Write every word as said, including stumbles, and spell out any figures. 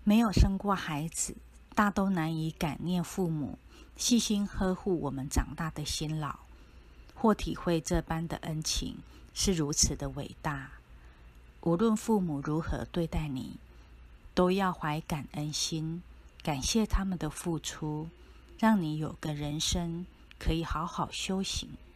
没有生过孩子，大都难以感念父母细心呵护我们长大的辛劳，或体会这般的恩情是如此的伟大。无论父母如何对待你，都要怀感恩心，感谢他们的付出，让你有个人生可以好好修行。